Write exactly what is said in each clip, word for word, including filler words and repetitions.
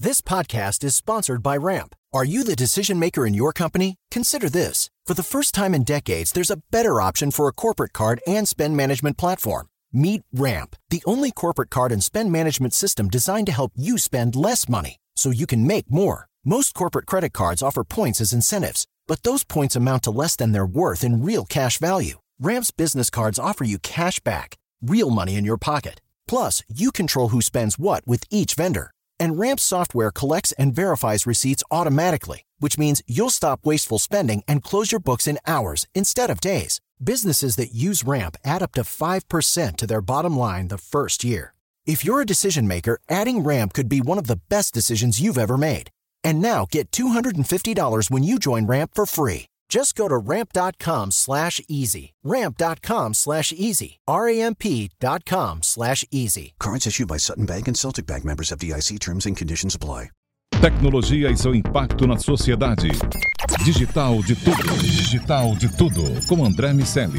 This podcast is sponsored by Ramp. Are you the decision maker in your company? Consider this. For the first time in decades, there's a better option for a corporate card and spend management platform. Meet Ramp, the only corporate card and spend management system designed to help you spend less money so you can make more. Most corporate credit cards offer points as incentives, but those points amount to less than their worth in real cash value. Ramp's business cards offer you cash back, real money in your pocket. Plus, you control who spends what with each vendor. And Ramp's software collects and verifies receipts automatically, which means you'll stop wasteful spending and close your books in hours instead of days. Businesses that use Ramp add up to five percent to their bottom line the first year. If you're a decision maker, adding Ramp could be one of the best decisions you've ever made. And now get two hundred fifty dollars when you join Ramp for free. Just go to ramp.com slash easy. Ramp.com slash easy. R-A-M-P.com slash easy. Cards issued by Sutton Bank and Celtic Bank, members F D I C. Terms and conditions apply. Tecnologia e seu impacto na sociedade. Digital de tudo. Digital de tudo. Com André Miceli.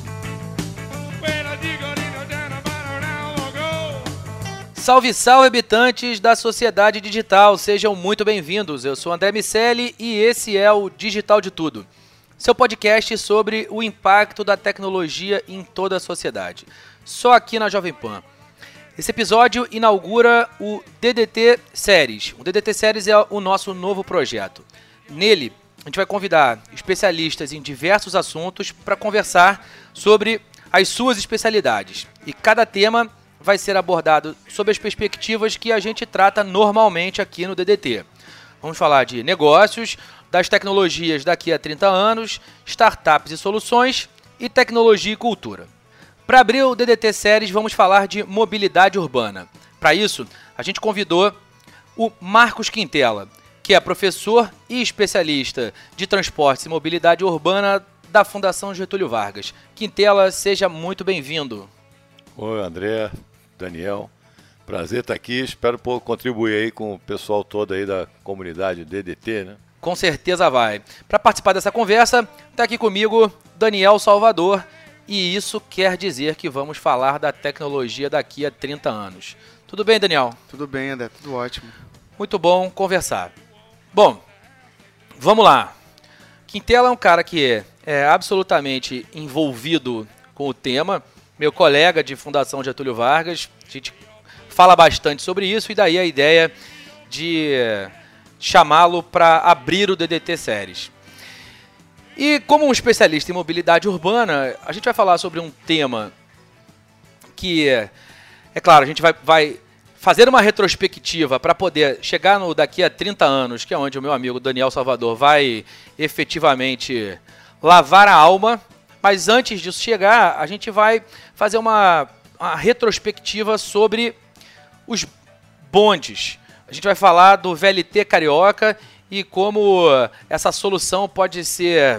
Salve, salve, habitantes da sociedade digital, sejam muito bem-vindos. Eu sou André Miceli e esse é o Digital de Tudo, seu podcast sobre o impacto da tecnologia em toda a sociedade, só aqui na Jovem Pan. Esse episódio inaugura o D D T Séries. O D D T Séries é o nosso novo projeto. Nele, a gente vai convidar especialistas em diversos assuntos para conversar sobre as suas especialidades. E cada tema vai ser abordado sob as perspectivas que a gente trata normalmente aqui no D D T. Vamos falar de negócios, das tecnologias daqui a trinta anos, startups e soluções e tecnologia e cultura. Para abrir o D D T Séries, vamos falar de mobilidade urbana. Para isso, a gente convidou o Marcos Quintela, que é professor e especialista de transportes e mobilidade urbana da Fundação Getúlio Vargas. Quintela, seja muito bem-vindo. Oi, André, Daniel, prazer estar aqui, espero poder contribuir aí com o pessoal todo aí da comunidade D D T, né? Com certeza vai. Para participar dessa conversa, está aqui comigo Daniel Salvador, e isso quer dizer que vamos falar da tecnologia daqui a trinta anos. Tudo bem, Daniel? Tudo bem, André, tudo ótimo. Muito bom conversar. Bom, vamos lá. Quintela é um cara que é, é absolutamente envolvido com o tema, meu colega de Fundação Getúlio Vargas, a gente fala bastante sobre isso e daí a ideia de chamá-lo para abrir o D D T Séries. E como um especialista em mobilidade urbana, a gente vai falar sobre um tema que, é, é claro, a gente vai, vai fazer uma retrospectiva para poder chegar no daqui a trinta anos, que é onde o meu amigo Daniel Salvador vai efetivamente lavar a alma. Mas antes disso chegar, a gente vai fazer uma, uma retrospectiva sobre os bondes. A gente vai falar do V L T carioca e como essa solução pode ser,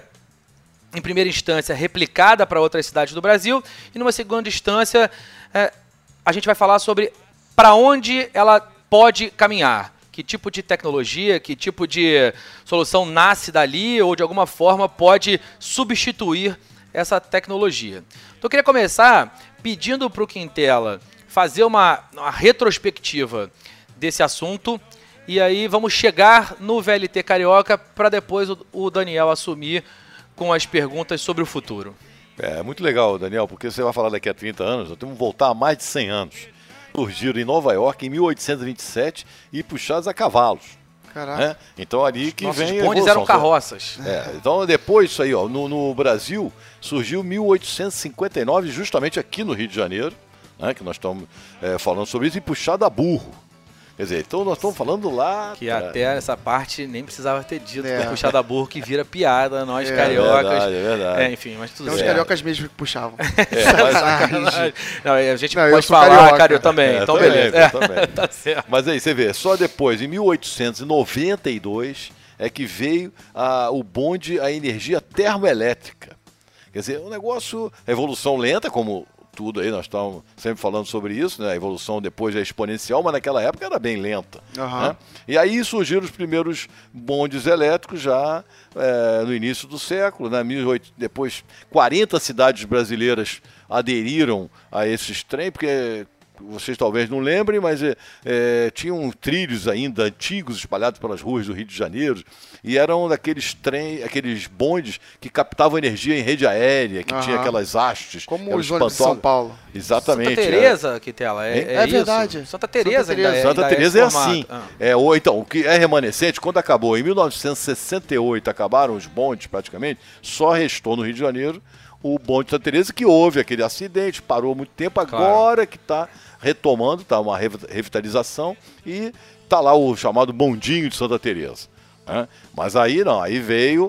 em primeira instância, replicada para outras cidades do Brasil. E numa segunda instância, é, a gente vai falar sobre para onde ela pode caminhar. Que tipo de tecnologia, que tipo de solução nasce dali ou de alguma forma pode substituir essa tecnologia. Então eu queria começar pedindo para o Quintela fazer uma, uma retrospectiva desse assunto e aí vamos chegar no V L T carioca para depois o, o Daniel assumir com as perguntas sobre o futuro. É muito legal, Daniel, porque você vai falar daqui a trinta anos, nós temos que voltar a mais de cem anos. Surgiram em Nova York em mil oitocentos e vinte e sete e puxados a cavalos. Caraca. É? Então ali que Nossos vem a bondes evolução. eram carroças. É, então depois disso aí, ó, no, no Brasil surgiu mil oitocentos e cinquenta e nove, justamente aqui no Rio de Janeiro, né, que nós estamos é, falando sobre isso, e puxado a burro. Quer dizer, então nós estamos falando lá... Que pra... até essa parte nem precisava ter dito, É. que é puxado a burro que vira piada, nós É, cariocas. É verdade, é verdade. É, enfim, mas tudo Tem uns certo. cariocas mesmo que puxavam. É, mas, Não, a gente Não, eu pode sou falar, carioca. carioca também, É, então também, beleza. eu também. É, tá certo. mas aí, você vê, só depois, em mil oitocentos e noventa e dois, é que veio a, o bonde a energia termoelétrica. Quer dizer, um negócio, evolução lenta, como tudo aí, nós estamos sempre falando sobre isso, né? A evolução depois é exponencial, mas naquela época era bem lenta. Uhum. Né? E aí surgiram os primeiros bondes elétricos já é, no início do século, né? Depois quarenta cidades brasileiras aderiram a esses trens, porque vocês talvez não lembrem, mas é, é, tinham trilhos ainda antigos espalhados pelas ruas do Rio de Janeiro e eram daqueles trem, aqueles bondes que captavam energia em rede aérea, que Aham. tinha aquelas hastes. Como aquelas os ônibus de São pantogas. Paulo. Exatamente. Santa Teresa, Quintela, é, É, é, é isso. verdade. Santa Teresa, Santa ainda Teresa. é, Santa ainda Teresa é, esse formato. assim. Ah. É, ou, então, o que é remanescente, quando acabou, em mil novecentos e sessenta e oito, acabaram os bondes praticamente, só restou no Rio de Janeiro o bonde de Santa Teresa, que houve aquele acidente, parou há muito tempo, agora que está retomando, está uma revitalização e está lá o chamado bondinho de Santa Teresa. Né? Mas aí não, aí veio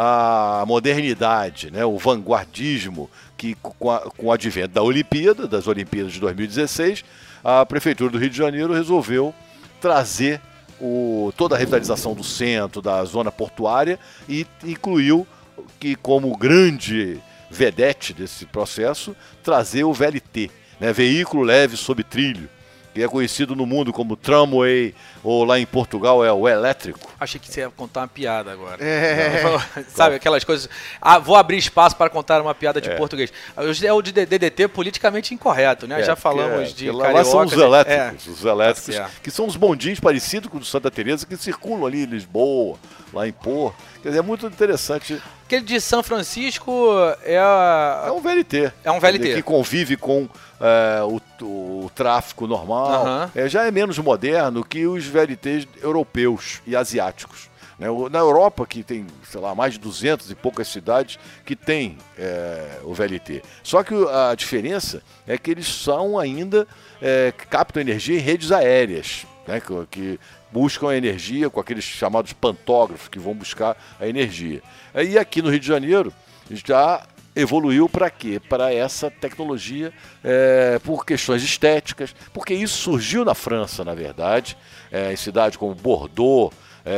a modernidade, né? O vanguardismo, que com, a, com o advento da Olimpíada, das Olimpíadas de dois mil e dezesseis, a Prefeitura do Rio de Janeiro resolveu trazer o, toda a revitalização do centro, da zona portuária e incluiu que como grande vedete desse processo, trazer o V L T, né? Veículo leve sob trilho, que é conhecido no mundo como tramway, ou lá em Portugal é o elétrico. Achei que você ia contar uma piada agora. É. Sabe, aquelas coisas. Ah, vou abrir espaço para contar uma piada de É. português. Hoje é o de D D T politicamente incorreto, né? É, Já falamos porque, de é, lá, carioca. lá são os elétricos, os elétricos, Tá certo. que são os bondinhos parecidos com o do Santa Teresa, que circulam ali em Lisboa, lá em Porto. Quer dizer, é muito interessante. Aquele de São Francisco é, a- É um V L T. É um V L T. Que convive com é, o, o tráfico normal. Aham. É, já é menos moderno que os V L Ts europeus e asiáticos. Né? O- Na Europa, que tem, sei lá, mais de duzentas e poucas cidades que tem é, o V L T. Só que o- a diferença é que eles são ainda, é, que captam energia em redes aéreas, né? que, que buscam a energia com aqueles chamados pantógrafos que vão buscar a energia. E aqui no Rio de Janeiro já evoluiu para quê? Para essa tecnologia é, por questões estéticas, porque isso surgiu na França, na verdade, é, em cidades como Bordeaux,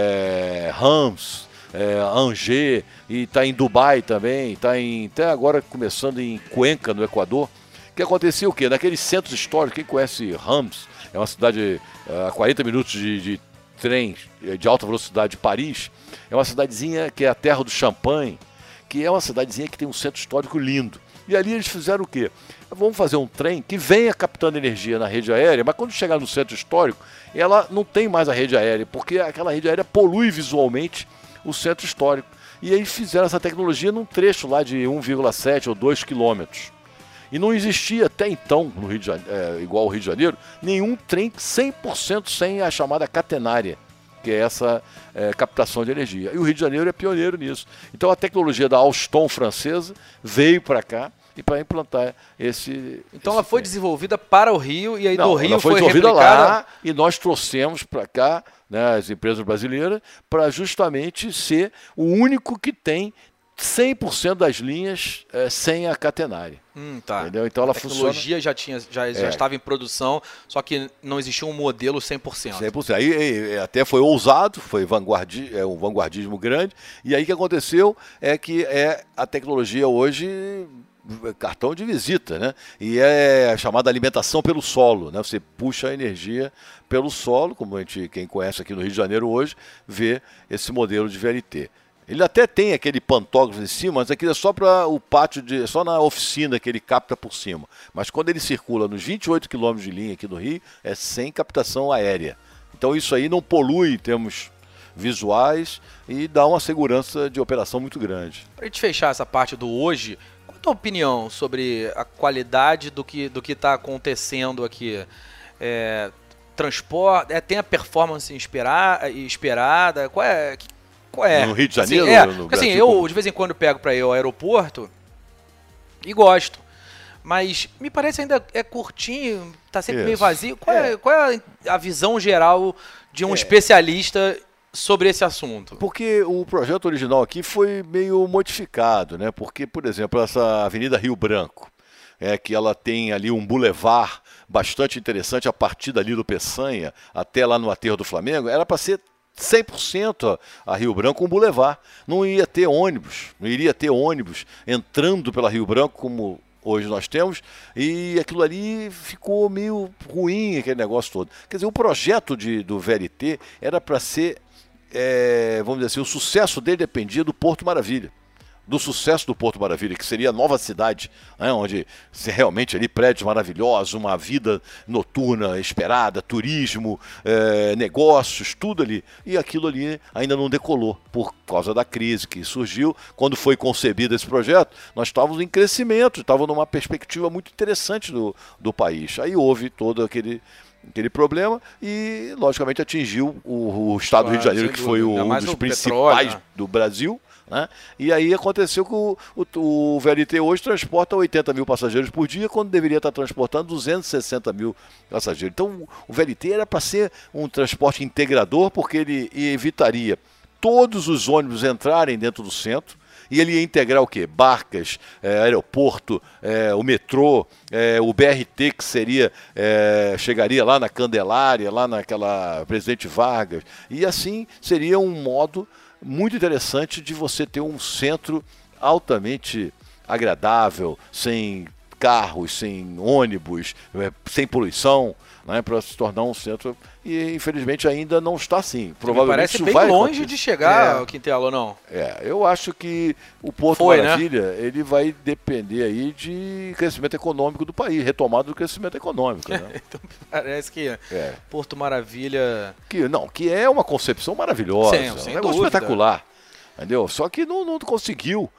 é, Reims, é, Angers, e está em Dubai também, está até agora começando em Cuenca, no Equador. Que acontecia o quê? Naqueles centros históricos, quem conhece Reims, é uma cidade é, a quarenta minutos de, de trem de alta velocidade de Paris, é uma cidadezinha que é a terra do champanhe, que é uma cidadezinha que tem um centro histórico lindo. E ali eles fizeram o quê? Vamos fazer um trem que venha captando energia na rede aérea, mas quando chegar no centro histórico, ela não tem mais a rede aérea, porque aquela rede aérea polui visualmente o centro histórico. E aí fizeram essa tecnologia num trecho lá de um vírgula sete ou dois quilômetros. E não existia até então, no Rio de Janeiro, é, igual ao Rio de Janeiro, nenhum trem cem por cento sem a chamada catenária, que é essa é, captação de energia. E o Rio de Janeiro é pioneiro nisso. Então a tecnologia da Alstom francesa veio para cá e para implantar esse... Então esse ela foi trem. desenvolvida para o Rio e aí Não, do Rio ela foi foi desenvolvida replicada... lá e nós trouxemos para cá, né, as empresas brasileiras, para justamente ser o único que tem cem por cento das linhas é, sem a catenária. Hum, tá. Entendeu? Então ela a tecnologia já, tinha, já, já É. estava em produção, só que não existia um modelo cem por cento. cem por cento. Aí aí, até foi ousado, foi vanguardi é um vanguardismo grande. E aí o que aconteceu é que é a tecnologia hoje cartão de visita, né? E é a chamada alimentação pelo solo, né? Você puxa a energia pelo solo, como a gente, quem conhece aqui no Rio de Janeiro hoje, vê esse modelo de V L T. Ele até tem aquele pantógrafo em cima, mas aquilo é só para o pátio, de, só na oficina que ele capta por cima. Mas quando ele circula nos vinte e oito quilômetros de linha aqui no Rio, é sem captação aérea. Então isso aí não polui em termos visuais e dá uma segurança de operação muito grande. Para a gente fechar essa parte do hoje, qual a tua opinião sobre a qualidade do que do que está acontecendo aqui? É, transporte, é, tem a performance esperar, esperada? Qual é... Qual é? No Rio de Assim, Janeiro? é, no porque, assim, Brasil, eu como- de vez em quando pego para ir ao aeroporto e gosto. Mas me parece ainda é curtinho, tá sempre meio Isso. vazio. Qual é, É. qual é a visão geral de um É. especialista sobre esse assunto? Porque o projeto original aqui foi meio modificado, né? Porque, por exemplo, essa Avenida Rio Branco, é que ela tem ali um bulevar bastante interessante a partir dali do Peçanha até lá no Aterro do Flamengo, era para ser cem por cento a Rio Branco um bulevar. Não ia ter ônibus, não iria ter ônibus entrando pela Rio Branco como hoje nós temos, e aquilo ali ficou meio ruim, aquele negócio todo. Quer dizer, o projeto de, do V L T era para ser, é, vamos dizer assim, o sucesso dele dependia do Porto Maravilha, do sucesso do Porto Maravilha, que seria a nova cidade, né, onde se realmente ali prédios maravilhosos, uma vida noturna esperada, turismo, é, negócios, tudo ali. E aquilo ali ainda não decolou por causa da crise que surgiu. Quando foi concebido esse projeto, nós estávamos em crescimento, estávamos numa perspectiva muito interessante do, do país. Aí houve todo aquele... aquele problema e, logicamente, atingiu o, o estado claro, do Rio de Janeiro, que foi o, um dos principais petróleo, né? do Brasil. Né? E aí aconteceu que o, o, o V L T hoje transporta oitenta mil passageiros por dia, quando deveria estar transportando duzentos e sessenta mil passageiros. Então, o V L T era para ser um transporte integrador, porque ele evitaria todos os ônibus entrarem dentro do centro. E ele ia integrar o quê? Barcas, é, aeroporto, é, o metrô, é, o B R T, que seria, é, chegaria lá na Candelária, lá naquela Presidente Vargas. E assim seria um modo muito interessante de você ter um centro altamente agradável, sem carros, sem ônibus, é, sem poluição, né, para se tornar um centro. E infelizmente ainda não está assim. Provavelmente parece isso bem vai longe acontecer. de chegar, é. Quintela, ou não? É, eu acho que o Porto Foi, Maravilha, né? ele vai depender aí de crescimento econômico do país, retomada do crescimento econômico. Né? Então parece que é. Porto Maravilha... Que, não, que é uma concepção maravilhosa, Sim, um sem negócio dúvida. espetacular. Entendeu? Só que não, não conseguiu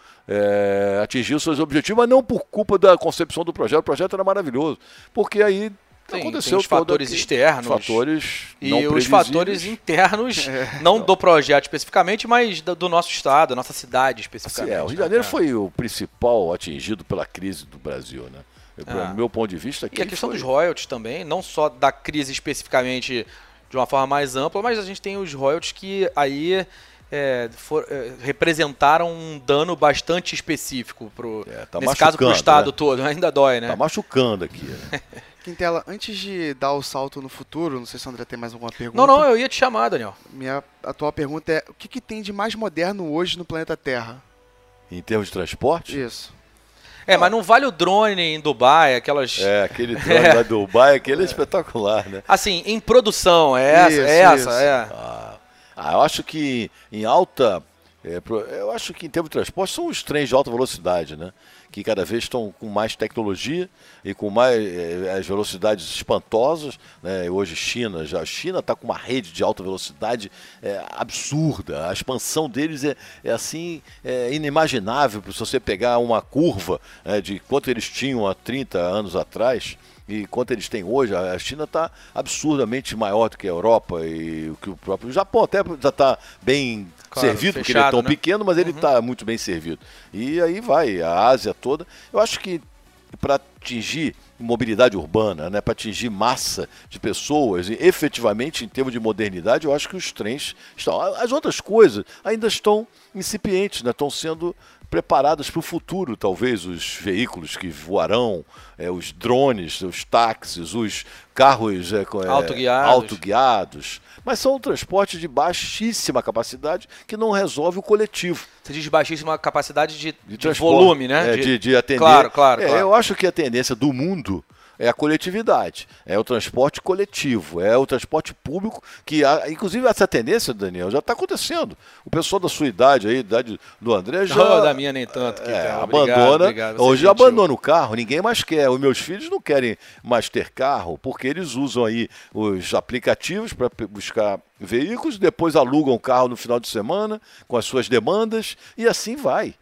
é, atingir os seus objetivos, mas não por culpa da concepção do projeto. O projeto era maravilhoso, porque aí Sim, aconteceu tem os fatores aqui, externos fatores e não os fatores internos, é, não, não do projeto especificamente, mas do, do nosso estado, da nossa cidade especificamente. É, o Rio de Janeiro né? foi o principal atingido pela crise do Brasil, né? Do ah. meu ponto de vista... E a questão foi... dos royalties também, não só da crise especificamente de uma forma mais ampla, mas a gente tem os royalties que aí... É, for, é, representaram um dano bastante específico pro, é, tá nesse caso para o estado né? todo, ainda dói, né? Tá machucando aqui. Né? Quintela, antes de dar o salto no futuro, não sei se o André tem mais alguma pergunta. Não, não, eu ia te chamar, Daniel. Minha atual pergunta é, o que, que tem de mais moderno hoje no planeta Terra? Em termos de transporte? Isso. É, mas não vale o drone em Dubai, aquelas... É, aquele drone é. da Dubai, aquele é, é espetacular, né? Assim, em produção, é essa, isso, é essa, isso. é. Ah. Ah, eu acho que em alta, é, eu acho que em termos de transporte são os trens de alta velocidade, né? Que cada vez estão com mais tecnologia e com mais é, as velocidades espantosas, né? Hoje China, já a China está com uma rede de alta velocidade é, absurda. A expansão deles é, é assim é inimaginável. Se você pegar uma curva é, de quanto eles tinham há trinta anos atrás. E quanto eles têm hoje, a China está absurdamente maior do que a Europa e o que o próprio Japão até já está bem claro, servido, fechado, porque ele é tão né? pequeno, mas ele está uhum. muito bem servido. E aí vai, a Ásia toda. Eu acho que para atingir mobilidade urbana, né, para atingir massa de pessoas, e efetivamente, em termos de modernidade, eu acho que os trens estão. As outras coisas ainda estão incipientes, né, estão sendo preparadas para o futuro, talvez, os veículos que voarão, é, os drones, os táxis, os carros é, autoguiados. autoguiados. Mas são transportes de baixíssima capacidade que não resolve o coletivo. Você diz de baixíssima capacidade de, de, de volume, né? É, de, de, de atender. Claro, claro, é, claro. Eu acho que a tendência do mundo é a coletividade, é o transporte coletivo, é o transporte público, que há, inclusive essa tendência, Daniel, já está acontecendo. O pessoal da sua idade aí, idade do André, já... Não, da minha nem tanto. Que é, tá. abandona, obrigado, obrigado, hoje gentil. abandona o carro, ninguém mais quer. Os meus filhos não querem mais ter carro, porque eles usam aí os aplicativos para buscar veículos, depois alugam o carro no final de semana, com as suas demandas, e assim vai.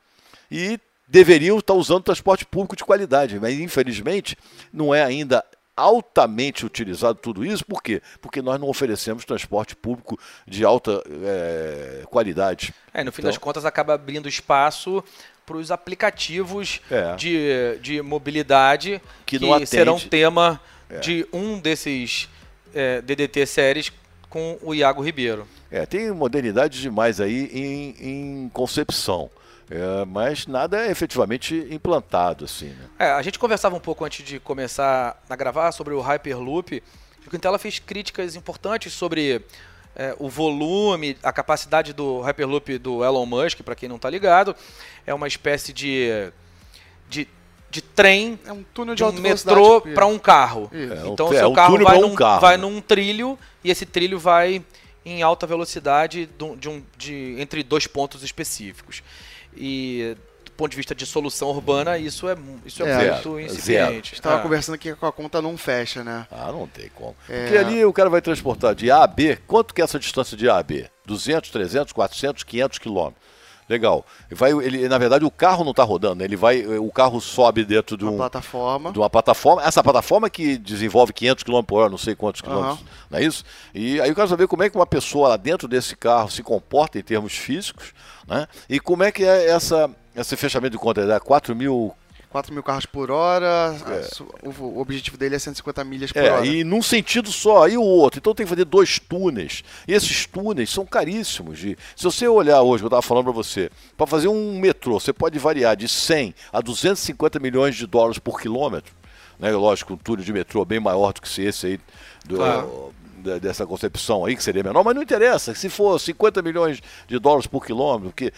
E deveriam estar usando transporte público de qualidade, mas infelizmente não é ainda altamente utilizado tudo isso. Por quê? Porque nós não oferecemos transporte público de alta é, qualidade. É, no fim então, das contas acaba abrindo espaço para os aplicativos é. de, de mobilidade que, que não serão tema é. de um desses é, D D T séries com o Iago Ribeiro. É, tem modernidade demais aí em, em concepção. É, mas nada é efetivamente implantado assim, né? É, a gente conversava um pouco antes de começar a gravar sobre o Hyperloop. O Quintela fez críticas importantes sobre é, o volume, a capacidade do Hyperloop do Elon Musk, para quem não está ligado. É uma espécie de, de, de trem, é um túnel de, de um alta metrô para um carro. É, então o é, seu um carro, vai, um num, carro vai né? num trilho e esse trilho vai em alta velocidade de um, de, entre dois pontos específicos. E ponto de vista de solução urbana, isso é, isso é, É, muito zero, incipiente. Estava Ah. conversando aqui que a conta não fecha, né? Ah, não tem como. É. Porque ali o cara vai transportar de A a B, quanto que é essa distância de A a B? duzentos, trezentos, quatrocentos, quinhentos quilômetros. Legal. Vai, ele, na verdade, o carro não está rodando, né? Ele vai, o carro sobe dentro de, Uma um, plataforma. de uma plataforma. Essa plataforma que desenvolve quinhentos quilômetros por hora, não sei quantos quilômetros, Aham. não é isso? E aí eu quero saber como é que uma pessoa lá dentro desse carro se comporta em termos físicos, né? E como é que é essa, esse fechamento de conta? É quatro mil... quatro mil carros por hora. a su- O, o objetivo dele é cento e cinquenta milhas por É, hora. e num sentido só, e o outro. Então tem que fazer dois túneis. E esses túneis são caríssimos. De, se você olhar hoje, eu estava falando para você, para fazer um metrô, você pode variar de cem a duzentos e cinquenta milhões de dólares por quilômetro. Né? Lógico, um túnel de metrô bem maior do que esse aí, do, Claro. da- dessa concepção aí, que seria menor, mas não interessa. Se for cinquenta milhões de dólares por quilômetro, porque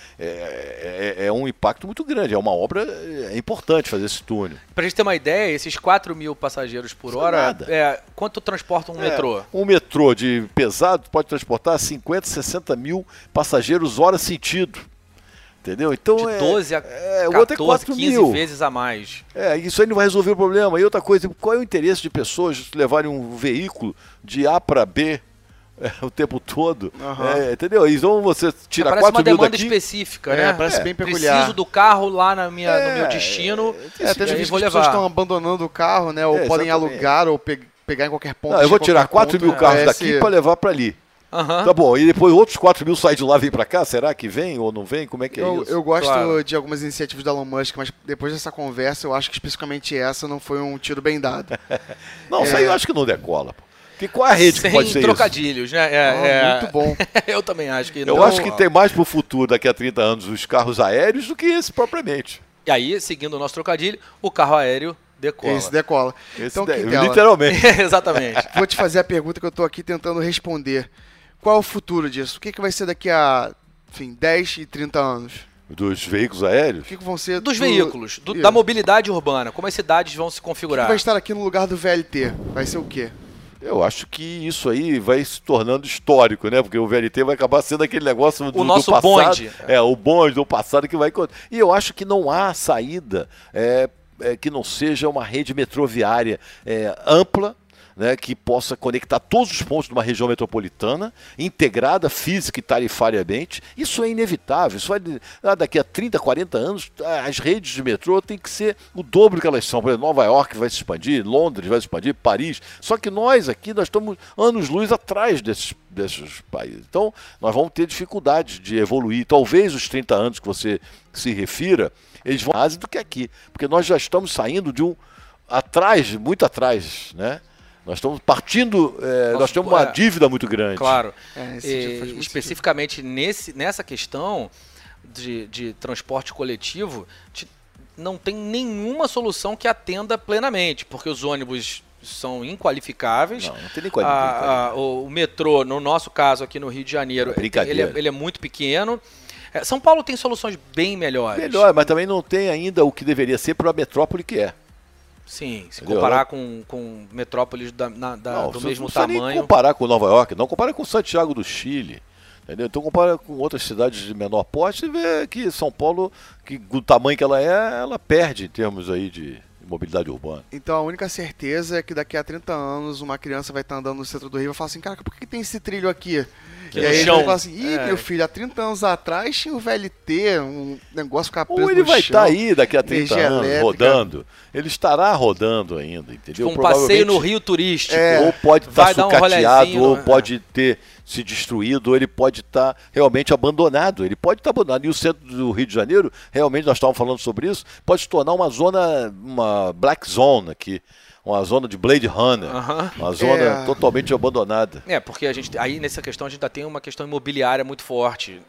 é, é- é um impacto muito grande, é uma obra é importante fazer esse túnel. Pra gente ter uma ideia, esses quatro mil passageiros por Isso é hora, nada. é, quanto transporta um É, metrô? Um metrô de pesado pode transportar cinquenta, sessenta mil passageiros hora sentido. Entendeu? Então De é, doze a é, o outro é quatorze, quatro quinze mil. vezes a mais. É, isso aí não vai resolver o problema. E outra coisa, qual é o interesse de pessoas levarem um veículo de A para B é, o tempo todo? Aham. É, entendeu? Então você tira Parece quatro uma mil demanda daqui. específica, É, né? parece bem peculiar. Preciso do carro lá na minha, É, no meu destino. É, até e já aí visto que vou as pessoas levar. estão abandonando o carro, né? Ou É, podem exatamente. alugar ou pe- pegar em qualquer ponto. Não, eu vou de tirar qualquer quatro ponto, mil né? carros Parece- daqui para levar para ali. Aham. Tá bom, e depois outros quatro mil saem de lá e vêm para cá? Será que vem ou não vem? Como é que é Eu, isso? eu gosto Claro. de algumas iniciativas da Elon Musk, mas depois dessa conversa, eu acho que especificamente essa não foi um tiro bem dado. Não, isso aí eu acho que não decola. Pô. Que qual é a rede Sem que pode ser trocadilhos, né? É, Ah, é- muito bom. eu também acho que isso? Eu não. acho que tem mais pro futuro, daqui a trinta anos, os carros aéreos do que esse propriamente. E aí, seguindo o nosso trocadilho, o carro aéreo decola. Esse decola. Esse Então, daí, Quintela, literalmente. Exatamente. vou te fazer a pergunta que eu tô aqui tentando responder. Qual é o futuro disso? O que, que vai ser daqui a, enfim, dez e trinta anos? Dos veículos aéreos? O que, que vão ser... Dos do- veículos, do- Isso. da mobilidade urbana, como as cidades vão se O que configurar. vai estar aqui no lugar do V L T? Vai ser o quê? Eu acho que isso aí vai se tornando histórico, né? Porque o V L T vai acabar sendo aquele negócio do, nosso do passado. bonde. É, o bonde do passado que vai... E eu acho que não há saída é, é, que não seja uma rede metroviária é, ampla, né, que possa conectar todos os pontos de uma região metropolitana, integrada física e tarifariamente. Isso é inevitável. Isso vai, ah, daqui a trinta, quarenta anos, as redes de metrô têm que ser o dobro que elas são. Por exemplo, Nova York vai se expandir, Londres vai se expandir, Paris. Só que nós aqui, nós estamos anos-luz atrás desses, desses países. Então, nós vamos ter dificuldades de evoluir. Talvez os trinta anos que você se refira, eles vão mais do que aqui. Porque nós já estamos saindo de um... atrás, muito atrás, né? Nós estamos partindo, é, Nosso- nós temos uma é, dívida muito grande. Claro. É, esse E, sentido faz muito especificamente nesse, nessa questão de, de transporte coletivo, te- não tem nenhuma solução que atenda plenamente, porque os ônibus são inqualificáveis. Não, não tem nem A- qualidade. a- o, o metrô, no nosso caso aqui no Rio de Janeiro, Brincadeira. ele é, ele é muito pequeno. É, São Paulo tem soluções bem melhores. Melhor, mas também não tem ainda o que deveria ser para a metrópole que é. Sim, se Entendeu? comparar com, com metrópoles da, na- da- não, do você mesmo não precisa nem tamanho. comparar com Nova York, não compara com Santiago do Chile. Entendeu? Então compara com outras cidades de menor porte e vê que São Paulo, que do tamanho que ela é, ela perde em termos aí de mobilidade urbana. Então a única certeza é que daqui a trinta anos uma criança vai estar andando no centro do Rio e vai falar assim, cara, por que tem esse trilho aqui? Que e no aí ele chão. vai falar assim, ih, É. meu filho, há trinta anos atrás tinha o V L T, um negócio ficar preso Ou ele no vai chão. estar aí daqui a trinta energia anos elétrica. rodando. Ele estará rodando ainda, entendeu? Tipo um passeio no Provavelmente- Rio turístico. É. Ou pode estar Vai dar um sucateado, rolezinho, ou né? pode ter se destruído, ou ele pode estar realmente abandonado. Ele pode estar abandonado. E o centro do Rio de Janeiro, realmente nós estávamos falando sobre isso, pode se tornar uma zona, uma black zone aqui, uma zona de Blade Runner, Aham. uma zona É. totalmente abandonada. É, porque a gente, aí nessa questão a gente ainda tem uma questão imobiliária muito forte.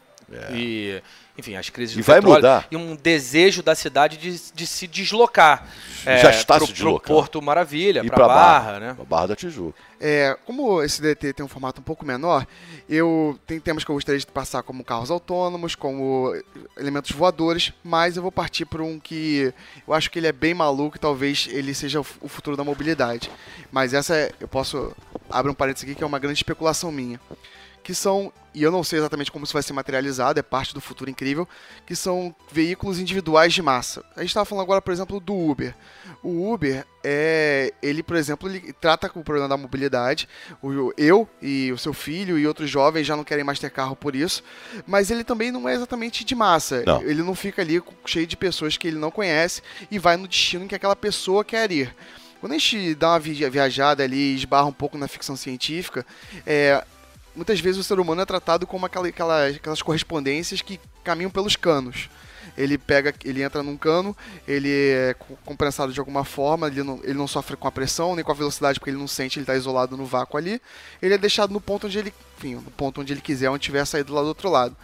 E, enfim, as crises É. E do vai petróleo. mudar. E um desejo da cidade de, de se deslocar. Já está pro, se pro deslocando. Porto Maravilha, E pra para Barra, Barra, né? pra Barra da Tijuca. É, como esse D T tem um formato um pouco menor, eu tem temas que eu gostaria de passar como carros autônomos, como elementos voadores, mas eu vou partir por um que eu acho que ele é bem maluco e talvez ele seja o o futuro da mobilidade. Mas essa é, eu posso abrir um parênteses aqui que é uma grande especulação minha. que são, e eu não sei exatamente como isso vai ser materializado, é parte do futuro incrível, que são veículos individuais de massa. A gente estava falando agora, por exemplo, do Uber. O Uber, é, ele, por exemplo, ele trata com o problema da mobilidade. O, eu e o seu filho e outros jovens já não querem mais ter carro por isso, mas ele também não é exatamente de massa. Não. Ele não fica ali cheio de pessoas que ele não conhece e vai no destino que aquela pessoa quer ir. Quando a gente dá uma viajada ali e esbarra um pouco na ficção científica, é, muitas vezes o ser humano é tratado como aquela, aquela, aquelas correspondências que caminham pelos canos. Ele pega, ele entra num cano, ele é compensado de alguma forma, ele não, ele não sofre com a pressão nem com a velocidade porque ele não sente, ele está isolado no vácuo ali. Ele é deixado no ponto onde ele, enfim, no ponto onde ele quiser, onde tiver saído lá do outro lado.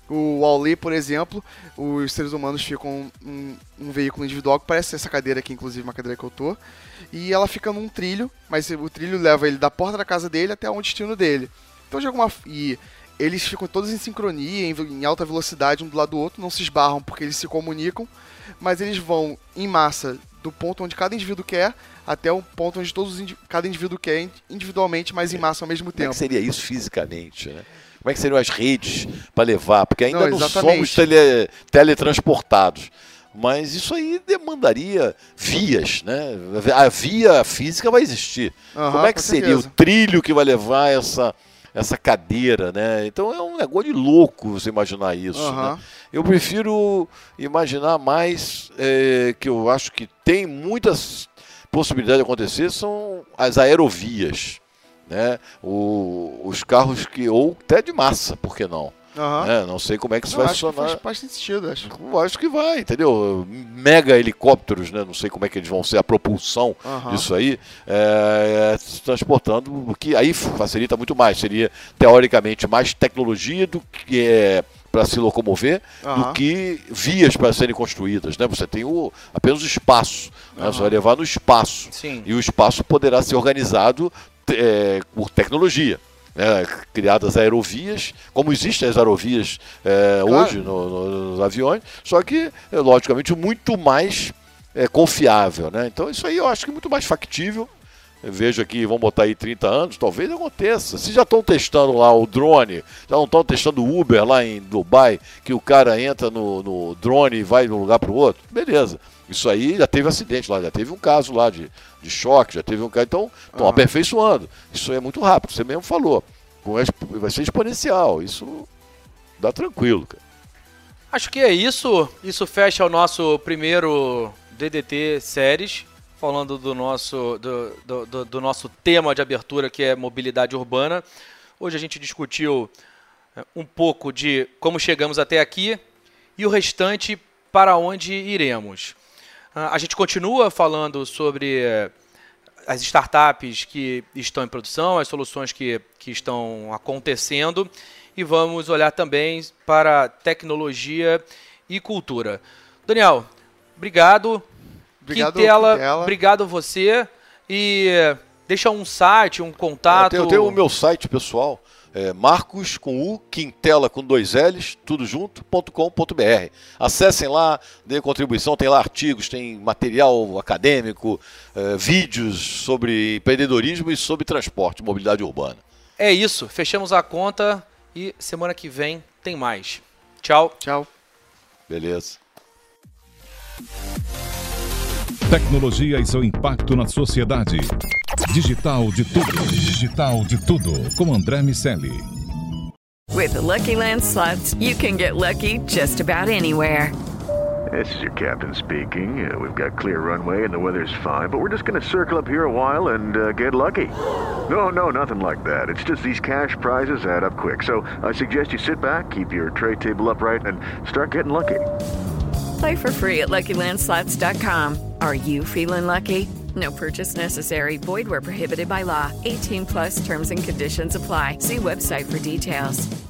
O Wall-E, por exemplo, os seres humanos ficam um, um veículo individual que parece essa cadeira aqui, inclusive uma cadeira que eu tô, e ela fica num trilho, mas o trilho leva ele da porta da casa dele até o destino dele. Então, de alguma e eles ficam todos em sincronia, em, em alta velocidade, um do lado do outro, não se esbarram porque eles se comunicam, mas eles vão em massa do ponto onde cada indivíduo quer até o ponto onde todos cada indivíduo quer individualmente, mas em massa ao mesmo tempo. Como é que seria isso fisicamente, né? Como é que seriam as redes para levar? Porque ainda não, não somos tele, teletransportados. Mas isso aí demandaria vias, né? A via física vai existir. Uhum, como é que seria certeza. O trilho que vai levar essa, essa cadeira, né? Então é um negócio de louco você imaginar isso. Uhum. Né? Eu prefiro imaginar mais, é, que eu acho que tem muitas possibilidades de acontecer, são as aerovias. Né? O, os carros que, ou até de massa, por que não? Uhum. Né? Não sei como é que isso não, vai acho funcionar. Que faz, faz sentido, acho. Eu acho que vai, entendeu? Mega helicópteros, né? Não sei como é que eles vão ser a propulsão uhum. disso aí, é, se transportando, o que aí facilita muito mais. Seria, teoricamente, mais tecnologia do que é para se locomover, uhum. do que vias para serem construídas, né? Você tem o, apenas o espaço, né? Uhum. Você vai levar no espaço. Sim. E o espaço poderá ser organizado É, por tecnologia, né? Criadas aerovias, como existem as aerovias é, claro. hoje no, no, nos aviões, só que, é, logicamente, muito mais é, confiável. Né? Então, isso aí eu acho que é muito mais factível. Eu vejo aqui, vamos botar aí trinta anos, talvez aconteça. Se já estão testando lá o drone, já não estão testando o Uber lá em Dubai, que o cara entra no, no drone e vai de um lugar para o outro, beleza. Isso aí já teve acidente lá, já teve um caso lá de, de choque, já teve um caso. Então, estão uhum. aperfeiçoando. Isso aí é muito rápido, você mesmo falou. Vai ser exponencial, isso dá tranquilo, cara. Acho que é isso. Isso fecha o nosso primeiro D D T Séries, falando do nosso, do, do, do, do nosso tema de abertura, que é mobilidade urbana. Hoje a gente discutiu um pouco de como chegamos até aqui e o restante para onde iremos. A gente continua falando sobre as startups que estão em produção, as soluções que, que estão acontecendo, e vamos olhar também para tecnologia e cultura. Daniel, obrigado. Obrigado, Quintela, Quintela. Obrigado a você. E deixa um site, um contato. É, eu tenho o meu site pessoal. É Marcos com U, Quintela com dois L's, tudo junto, ponto com ponto br. Acessem lá, dê contribuição, tem lá artigos, tem material acadêmico, é, vídeos sobre empreendedorismo e sobre transporte, mobilidade urbana. É isso, fechamos a conta e semana que vem tem mais. Tchau. Tchau. Beleza. Tecnologia e seu impacto na sociedade. Digital de tudo. Digital de tudo. Com André Miceli. With the Lucky Land Slots, you can get lucky just about anywhere. This is your captain speaking. Uh, we've got clear runway and the weather's fine, but we're just going to circle up here a while and uh, get lucky. No, no, nothing like that. It's just these cash prizes add up quick. So I suggest you sit back, keep your tray table upright, and start getting lucky. Play for free at Lucky Land Slots dot com. Are you feeling lucky? No purchase necessary. Void where prohibited by law. eighteen plus terms and conditions apply. See website for details.